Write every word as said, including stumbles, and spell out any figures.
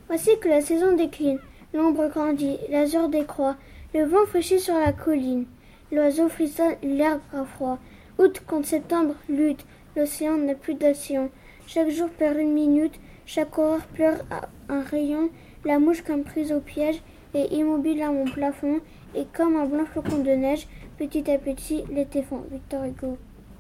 Voici que la saison décline, l'ombre grandit, l'azur décroît, le vent fraîchit sur la colline, l'oiseau frissonne, l'herbe a froid. Août contre septembre lutte, l'océan n'a plus d'action. Chaque jour perd une minute, chaque horreur pleure un rayon. La mouche comme prise au piège est immobile à mon plafond, et comme un blanc flocon de neige, petit à petit l'été fond. Victor Hugo.